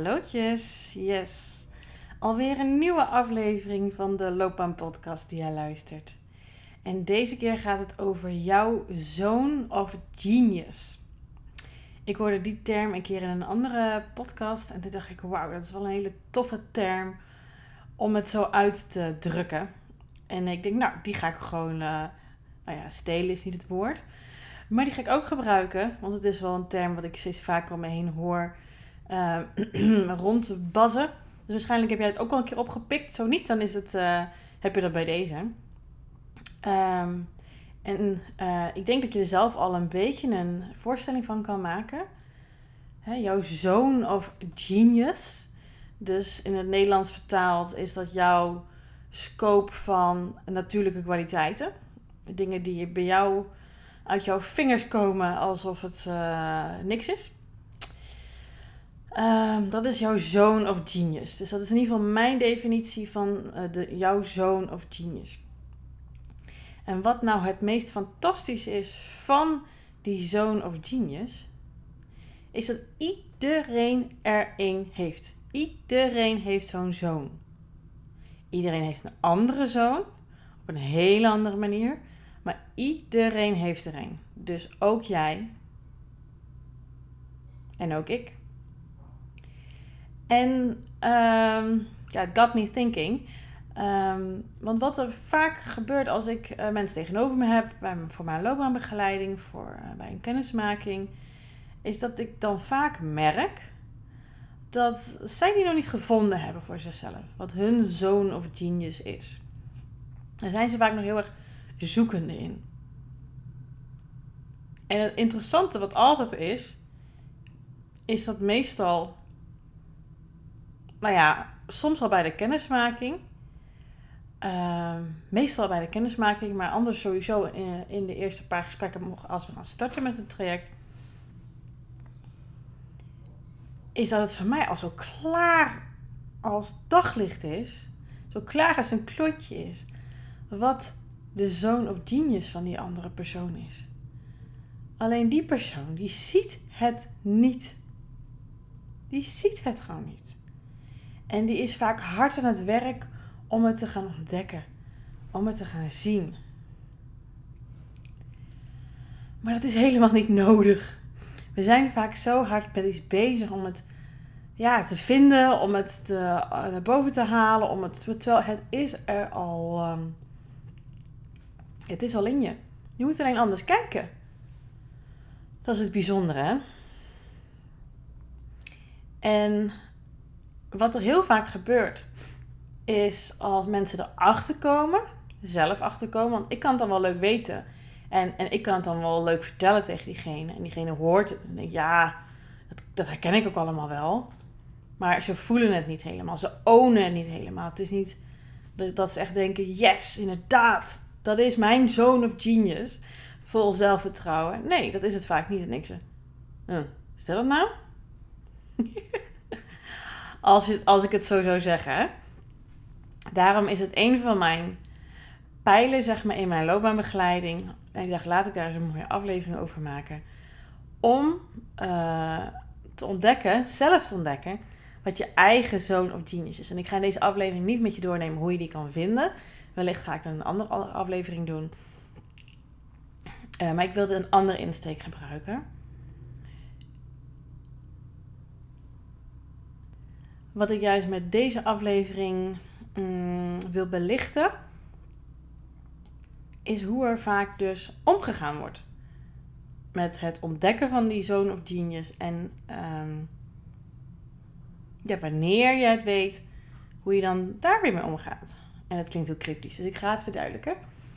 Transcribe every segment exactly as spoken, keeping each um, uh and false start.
Hallootjes, yes. Alweer een nieuwe aflevering van de Loopbaan-podcast die jij luistert. En deze keer gaat het over jouw zone of genius. Ik hoorde die term een keer in een andere podcast en toen dacht ik, wauw, dat is wel een hele toffe term om het zo uit te drukken. En ik denk, nou, die ga ik gewoon, uh, nou ja, stelen is niet het woord. Maar die ga ik ook gebruiken, want het is wel een term wat ik steeds vaker om me heen hoor uh, rondbazzen. Dus waarschijnlijk heb jij het ook al een keer opgepikt. Zo niet, dan is het, uh, heb je dat bij deze. Um, en uh, ik denk dat je er zelf al een beetje een voorstelling van kan maken. Hè, jouw zone of genius. Dus in het Nederlands vertaald is dat jouw scope van natuurlijke kwaliteiten. Dingen die bij jou uit jouw vingers komen alsof het uh, niks is. Um, dat is jouw zone of genius. Dus dat is in ieder geval mijn definitie van uh, de, jouw zone of genius. En wat nou het meest fantastisch is van die zone of genius, is dat iedereen er één heeft. Iedereen heeft zo'n zone. Iedereen heeft een andere zone, op een hele andere manier, maar iedereen heeft er een. Dus ook jij en ook ik. En um, ja, it got me thinking. Um, want wat er vaak gebeurt als ik uh, mensen tegenover me heb, bij, voor mijn loopbaanbegeleiding, voor, uh, bij een kennismaking, is dat ik dan vaak merk dat zij die nog niet gevonden hebben voor zichzelf. Wat hun zone of genius is. Daar zijn ze vaak nog heel erg zoekende in. En het interessante wat altijd is, is dat meestal, nou ja, soms wel bij de kennismaking. Uh, meestal bij de kennismaking, maar anders sowieso in, in de eerste paar gesprekken als we gaan starten met het traject. Is dat het voor mij al zo klaar als daglicht is. Zo klaar als een klontje is. Wat de zone of genius van die andere persoon is. Alleen die persoon, die ziet het niet. Die ziet het gewoon niet. En die is vaak hard aan het werk om het te gaan ontdekken. Om het te gaan zien. Maar dat is helemaal niet nodig. We zijn vaak zo hard met iets bezig om het ja, te vinden. Om het te, naar boven te halen. Om het, terwijl het is er al. Um, het is al in je. Je moet alleen anders kijken. Dat is het bijzondere, hè? En wat er heel vaak gebeurt, is als mensen erachter komen, zelf achterkomen, want ik kan het dan wel leuk weten. En, en ik kan het dan wel leuk vertellen tegen diegene. En diegene hoort het en denkt, ja, dat, dat herken ik ook allemaal wel. Maar ze voelen het niet helemaal. Ze ownen het niet helemaal. Het is niet dat, dat ze echt denken, yes, inderdaad. Dat is mijn zone of genius. Vol zelfvertrouwen. Nee, dat is het vaak niet. En ik zeg, uh, is dat het nou? als, je, als ik het zo zou zeggen, hè? Daarom is het een van mijn pijlen, zeg maar, in mijn loopbaanbegeleiding. En ik dacht, laat ik daar eens een mooie aflevering over maken. Om uh, te ontdekken, zelf te ontdekken, wat je eigen zone of genius is. En ik ga in deze aflevering niet met je doornemen hoe je die kan vinden. Wellicht ga ik dan een andere aflevering doen. Uh, maar ik wilde een andere insteek gebruiken. Wat ik juist met deze aflevering mm, wil belichten, is hoe er vaak dus omgegaan wordt met het ontdekken van die zone of genius. En um, ja, wanneer je het weet, hoe je dan daar weer mee omgaat. En dat klinkt heel cryptisch, dus ik ga het verduidelijken.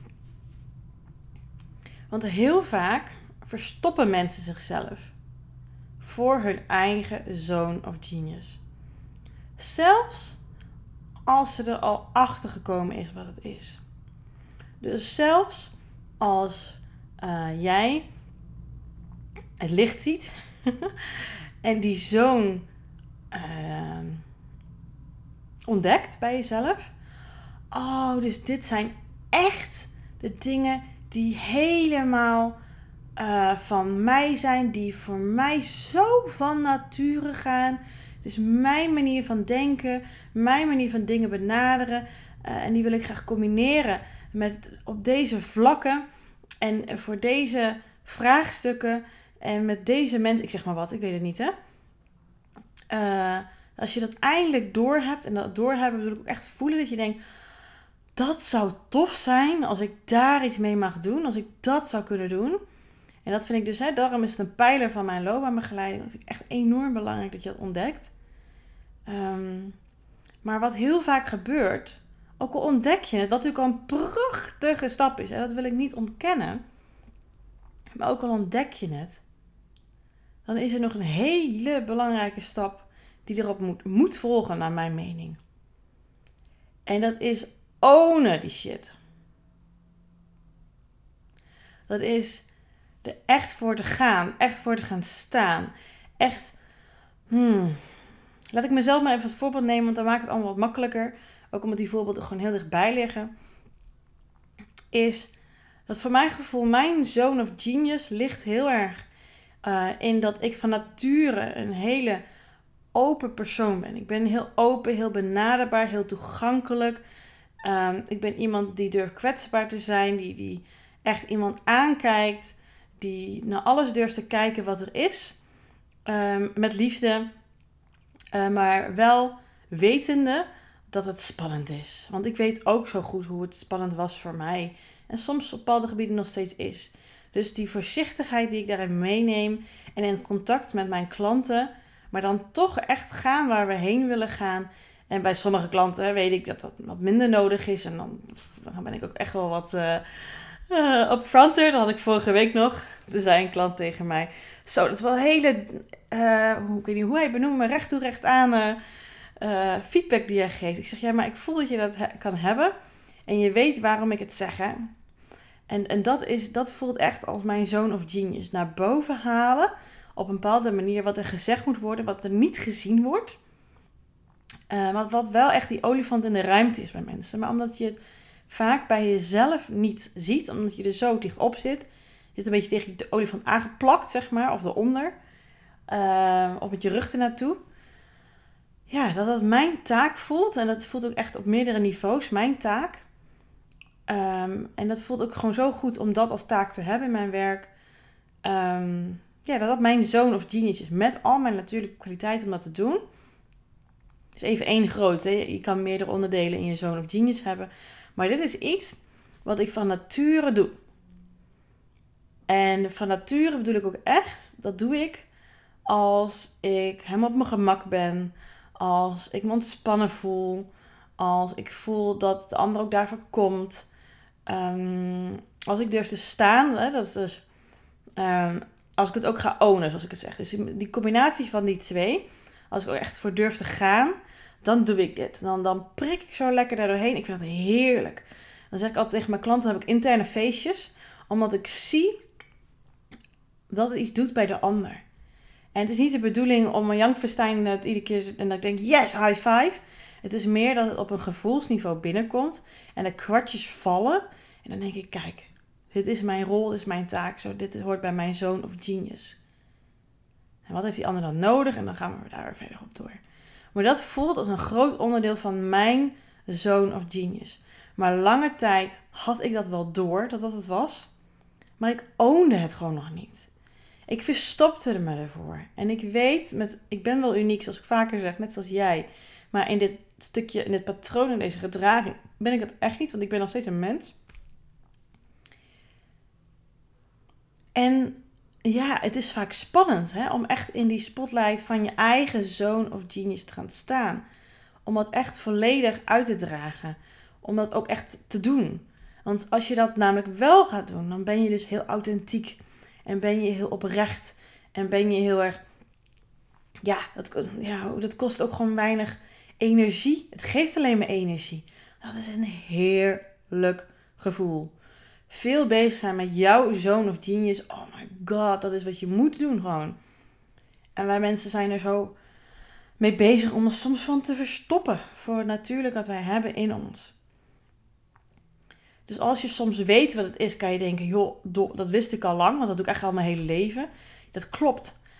Want heel vaak verstoppen mensen zichzelf voor hun eigen zone of genius. Zelfs als ze er al achter gekomen is wat het is. Dus zelfs als uh, jij het licht ziet en die zone uh, ontdekt bij jezelf. Oh, dus dit zijn echt de dingen die helemaal uh, van mij zijn, die voor mij zo van nature gaan, Het is mijn manier van denken, mijn manier van dingen benaderen. Uh, en die wil ik graag combineren met op deze vlakken en voor deze vraagstukken en met deze mensen. Ik zeg maar wat, ik weet het niet hè. Uh, als je dat eindelijk doorhebt en dat doorhebben bedoel ik ook echt voelen dat je denkt, dat zou tof zijn als ik daar iets mee mag doen, als ik dat zou kunnen doen. En dat vind ik dus, hè, daarom is het een pijler van mijn loopbaanbegeleiding. Dat vind ik echt enorm belangrijk dat je dat ontdekt. Um, maar wat heel vaak gebeurt, ook al ontdek je het, wat natuurlijk al een prachtige stap is, hè, dat wil ik niet ontkennen. Maar ook al ontdek je het, dan is er nog een hele belangrijke stap die erop moet, moet volgen, naar mijn mening. En dat is ownen die shit. Dat is er echt voor te gaan, echt voor te gaan staan. Echt, hmm. Laat ik mezelf maar even als voorbeeld nemen, want dan maakt het allemaal wat makkelijker. Ook omdat die voorbeelden gewoon heel dichtbij liggen. Is dat voor mijn gevoel, mijn zone of genius ligt heel erg uh, in dat ik van nature een hele open persoon ben. Ik ben heel open, heel benaderbaar, heel toegankelijk. Um, ik ben iemand die durft kwetsbaar te zijn, die, die echt iemand aankijkt, die naar alles durft te kijken wat er is. Um, met liefde, uh, maar wel wetende dat het spannend is. Want ik weet ook zo goed hoe het spannend was voor mij. En soms op bepaalde gebieden nog steeds is. Dus die voorzichtigheid die ik daarin meeneem en in contact met mijn klanten, maar dan toch echt gaan waar we heen willen gaan. En bij sommige klanten weet ik dat dat wat minder nodig is. En dan, dan ben ik ook echt wel wat uh, uh, upfronter. Dat had ik vorige week nog. Toen zei een klant tegen mij, zo, dat is wel hele, uh, hoe, ik weet niet hoe hij benoemt, maar recht toe recht aan uh, uh, feedback die jij geeft. Ik zeg, ja, maar ik voel dat je dat he- kan hebben. En je weet waarom ik het zeg, hè. En, en dat, is, dat voelt echt als mijn zone of genius. Naar boven halen op een bepaalde manier wat er gezegd moet worden, wat er niet gezien wordt. Uh, wat, wat wel echt die olifant in de ruimte is bij mensen. Maar omdat je het vaak bij jezelf niet ziet, omdat je er zo dicht op zit, je zit een beetje tegen de olifant aangeplakt, zeg maar, of eronder. Uh, of met je rug ernaartoe. Ja, dat dat mijn taak voelt. En dat voelt ook echt op meerdere niveaus, mijn taak. Um, en dat voelt ook gewoon zo goed om dat als taak te hebben in mijn werk. Um, ja, dat dat mijn zone of genius is. Met al mijn natuurlijke kwaliteiten om dat te doen. Het is even één groot. Hè? Je kan meerdere onderdelen in je zone of genius hebben. Maar dit is iets wat ik van nature doe. En van nature bedoel ik ook echt, dat doe ik als ik helemaal op mijn gemak ben. Als ik me ontspannen voel. Als ik voel dat de ander ook daarvoor komt. Um, als ik durf te staan, hè, dat is dus, um, als ik het ook ga ownen, zoals ik het zeg. Dus die, die combinatie van die twee, als ik er echt voor durf te gaan, dan doe ik dit. Dan, dan prik ik zo lekker daar doorheen. Ik vind dat heerlijk. Dan zeg ik altijd tegen mijn klanten, heb ik interne feestjes, omdat ik zie dat het iets doet bij de ander. En het is niet de bedoeling om een Jankfestijn het iedere keer en dat ik denk, yes, high five. Het is meer dat het op een gevoelsniveau binnenkomt en de kwartjes vallen. En dan denk ik, kijk, dit is mijn rol, dit is mijn taak. Zo, dit hoort bij mijn zone of genius. En wat heeft die ander dan nodig? En dan gaan we daar weer verder op door. Maar dat voelt als een groot onderdeel van mijn zone of genius. Maar lange tijd had ik dat wel door, dat dat het was. Maar ik ownde het gewoon nog niet. Ik verstopte er me ervoor. En ik weet, met, ik ben wel uniek, zoals ik vaker zeg, net zoals jij. Maar in dit stukje, in dit patroon, in deze gedraging, ben ik het echt niet. Want ik ben nog steeds een mens. En ja, het is vaak spannend, hè, om echt in die spotlight van je eigen zone of genius te gaan staan. Om dat echt volledig uit te dragen. Om dat ook echt te doen. Want als je dat namelijk wel gaat doen, dan ben je dus heel authentiek. En ben je heel oprecht. En ben je heel erg... Ja, dat, ja, dat kost ook gewoon weinig energie. Het geeft alleen maar energie. Dat is een heerlijk gevoel. Veel bezig zijn met jouw zone of genius. Oh my god, dat is wat je moet doen gewoon. En wij mensen zijn er zo mee bezig om er soms van te verstoppen. Voor het natuurlijk wat wij hebben in ons. Dus als je soms weet wat het is, kan je denken, joh, dat wist ik al lang. Want dat doe ik echt al mijn hele leven. Dat klopt.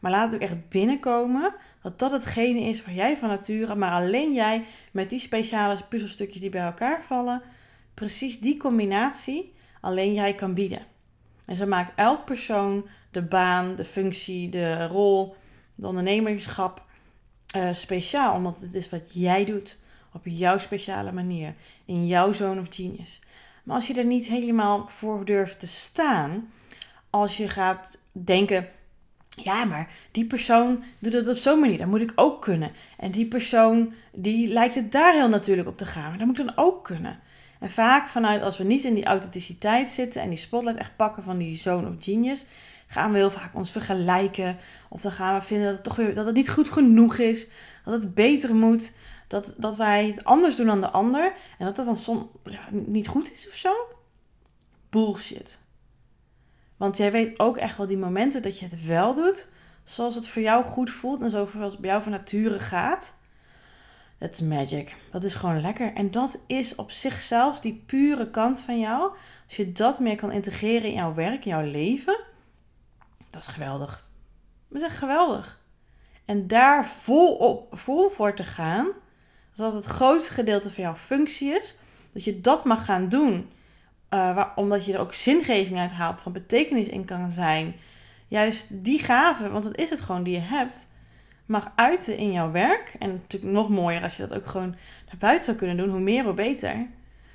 Maar laat het ook echt binnenkomen dat dat hetgene is waar jij van nature, maar alleen jij met die speciale puzzelstukjes die bij elkaar vallen, precies die combinatie alleen jij kan bieden. En zo maakt elk persoon de baan, de functie, de rol, de ondernemerschap uh, speciaal. Omdat het is wat jij doet op jouw speciale manier, in jouw zone of genius. Maar als je er niet helemaal voor durft te staan, als je gaat denken, ja, maar die persoon doet het op zo'n manier, dat moet ik ook kunnen. En die persoon, die lijkt het daar heel natuurlijk op te gaan, maar dat moet ik dan ook kunnen. En vaak vanuit, als we niet in die authenticiteit zitten en die spotlight echt pakken van die zone of genius, gaan we heel vaak ons vergelijken. Of dan gaan we vinden dat het toch weer dat het niet goed genoeg is, dat het beter moet, dat, dat wij het anders doen dan de ander en dat dat dan soms ja, niet goed is of zo. Bullshit. Want jij weet ook echt wel die momenten dat je het wel doet, zoals het voor jou goed voelt en zoals het bij jou van nature gaat. That's magic. Dat is gewoon lekker. En dat is op zichzelf die pure kant van jou. Als je dat meer kan integreren in jouw werk, in jouw leven, dat is geweldig. Dat is echt geweldig. En daar vol, op, vol voor te gaan, dat het grootste gedeelte van jouw functie is, dat je dat mag gaan doen. Uh, waar, omdat je er ook zingeving uit haalt, van betekenis in kan zijn. Juist die gave, want dat is het gewoon die je hebt, mag uiten in jouw werk. En natuurlijk nog mooier als je dat ook gewoon naar buiten zou kunnen doen. Hoe meer, hoe beter.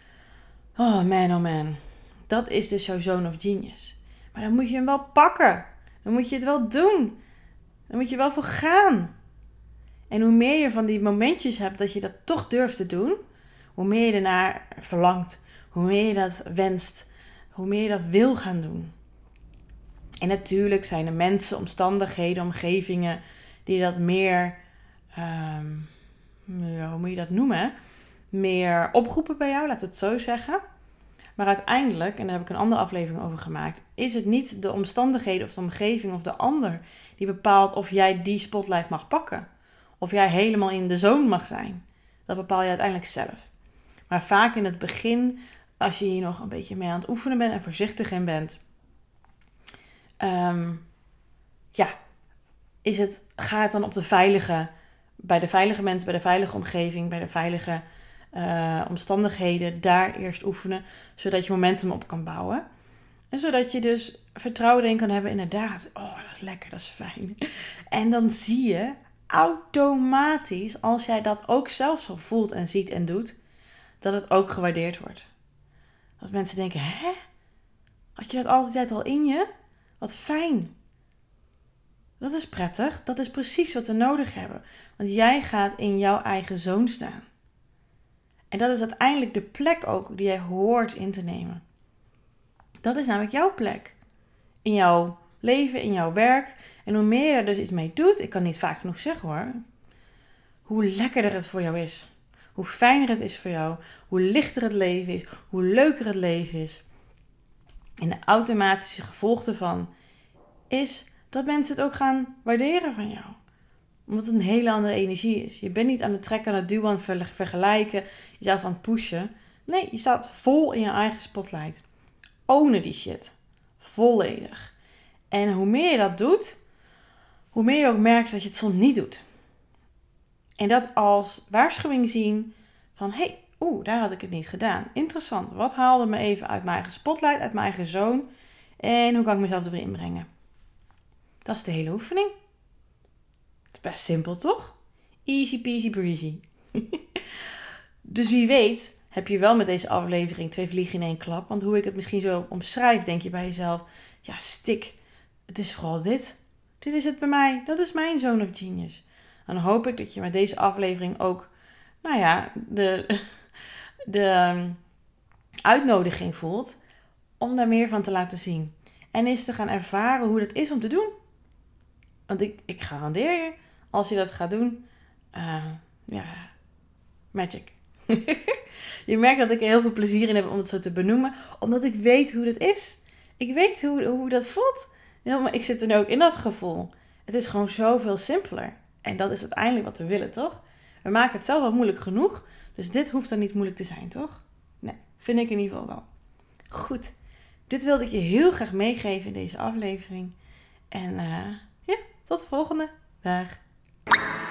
Oh man, oh man. Dat is dus jouw zone of genius. Maar dan moet je hem wel pakken. Dan moet je het wel doen. Dan moet je wel voor gaan. En hoe meer je van die momentjes hebt dat je dat toch durft te doen, hoe meer je ernaar verlangt. Hoe meer je dat wenst, hoe meer je dat wil gaan doen. En natuurlijk zijn er mensen, omstandigheden, omgevingen die dat meer, um, ja, hoe moet je dat noemen? Meer oproepen bij jou, laten we het zo zeggen. Maar uiteindelijk, en daar heb ik een andere aflevering over gemaakt, is het niet de omstandigheden of de omgeving of de ander die bepaalt of jij die spotlight mag pakken. Of jij helemaal in de zone mag zijn. Dat bepaal je uiteindelijk zelf. Maar vaak in het begin, als je hier nog een beetje mee aan het oefenen bent en voorzichtig in bent, um, ja, is het, ga het dan op de veilige, bij de veilige mensen, bij de veilige omgeving, bij de veilige uh, omstandigheden, daar eerst oefenen, zodat je momentum op kan bouwen. En zodat je dus vertrouwen erin kan hebben, inderdaad, oh, dat is lekker, dat is fijn. En dan zie je automatisch, als jij dat ook zelf zo voelt en ziet en doet, dat het ook gewaardeerd wordt. Dat mensen denken, hè? Had je dat altijd al in je? Wat fijn. Dat is prettig. Dat is precies wat we nodig hebben. Want jij gaat in jouw eigen zone staan. En dat is uiteindelijk de plek ook die jij hoort in te nemen. Dat is namelijk jouw plek. In jouw leven, in jouw werk. En hoe meer je er dus iets mee doet, ik kan niet vaak genoeg zeggen hoor, hoe lekkerder het voor jou is. Hoe fijner het is voor jou, hoe lichter het leven is, hoe leuker het leven is. En de automatische gevolg daarvan is dat mensen het ook gaan waarderen van jou. Omdat het een hele andere energie is. Je bent niet aan het trekken, aan het duwen, aan het vergelijken, jezelf aan het pushen. Nee, je staat vol in je eigen spotlight. Ownen die shit. Volledig. En hoe meer je dat doet, hoe meer je ook merkt dat je het soms niet doet. En dat als waarschuwing zien van, hé, hey, oeh, daar had ik het niet gedaan. Interessant, wat haalde me even uit mijn eigen spotlight, uit mijn eigen zone? En hoe kan ik mezelf er weer inbrengen? Dat is de hele oefening. Het is best simpel, toch? Easy peasy breezy. Dus wie weet heb je wel met deze aflevering twee vliegen in één klap. Want hoe ik het misschien zo omschrijf, denk je bij jezelf, ja, stik, het is vooral dit. Dit is het bij mij. Dat is mijn zone of genius. Dan hoop ik dat je met deze aflevering ook, nou ja, de, de uitnodiging voelt om daar meer van te laten zien. En eens te gaan ervaren hoe dat is om te doen. Want ik, ik garandeer je, als je dat gaat doen, uh, ja, magic. Je merkt dat ik er heel veel plezier in heb om het zo te benoemen, omdat ik weet hoe dat is. Ik weet hoe, hoe dat voelt. Ja, maar ik zit er nu ook in dat gevoel. Het is gewoon zoveel simpeler. En dat is uiteindelijk wat we willen, toch? We maken het zelf wel moeilijk genoeg. Dus dit hoeft dan niet moeilijk te zijn, toch? Nee, vind ik in ieder geval wel. Goed, dit wilde ik je heel graag meegeven in deze aflevering. En uh, ja, Tot de volgende. Dag.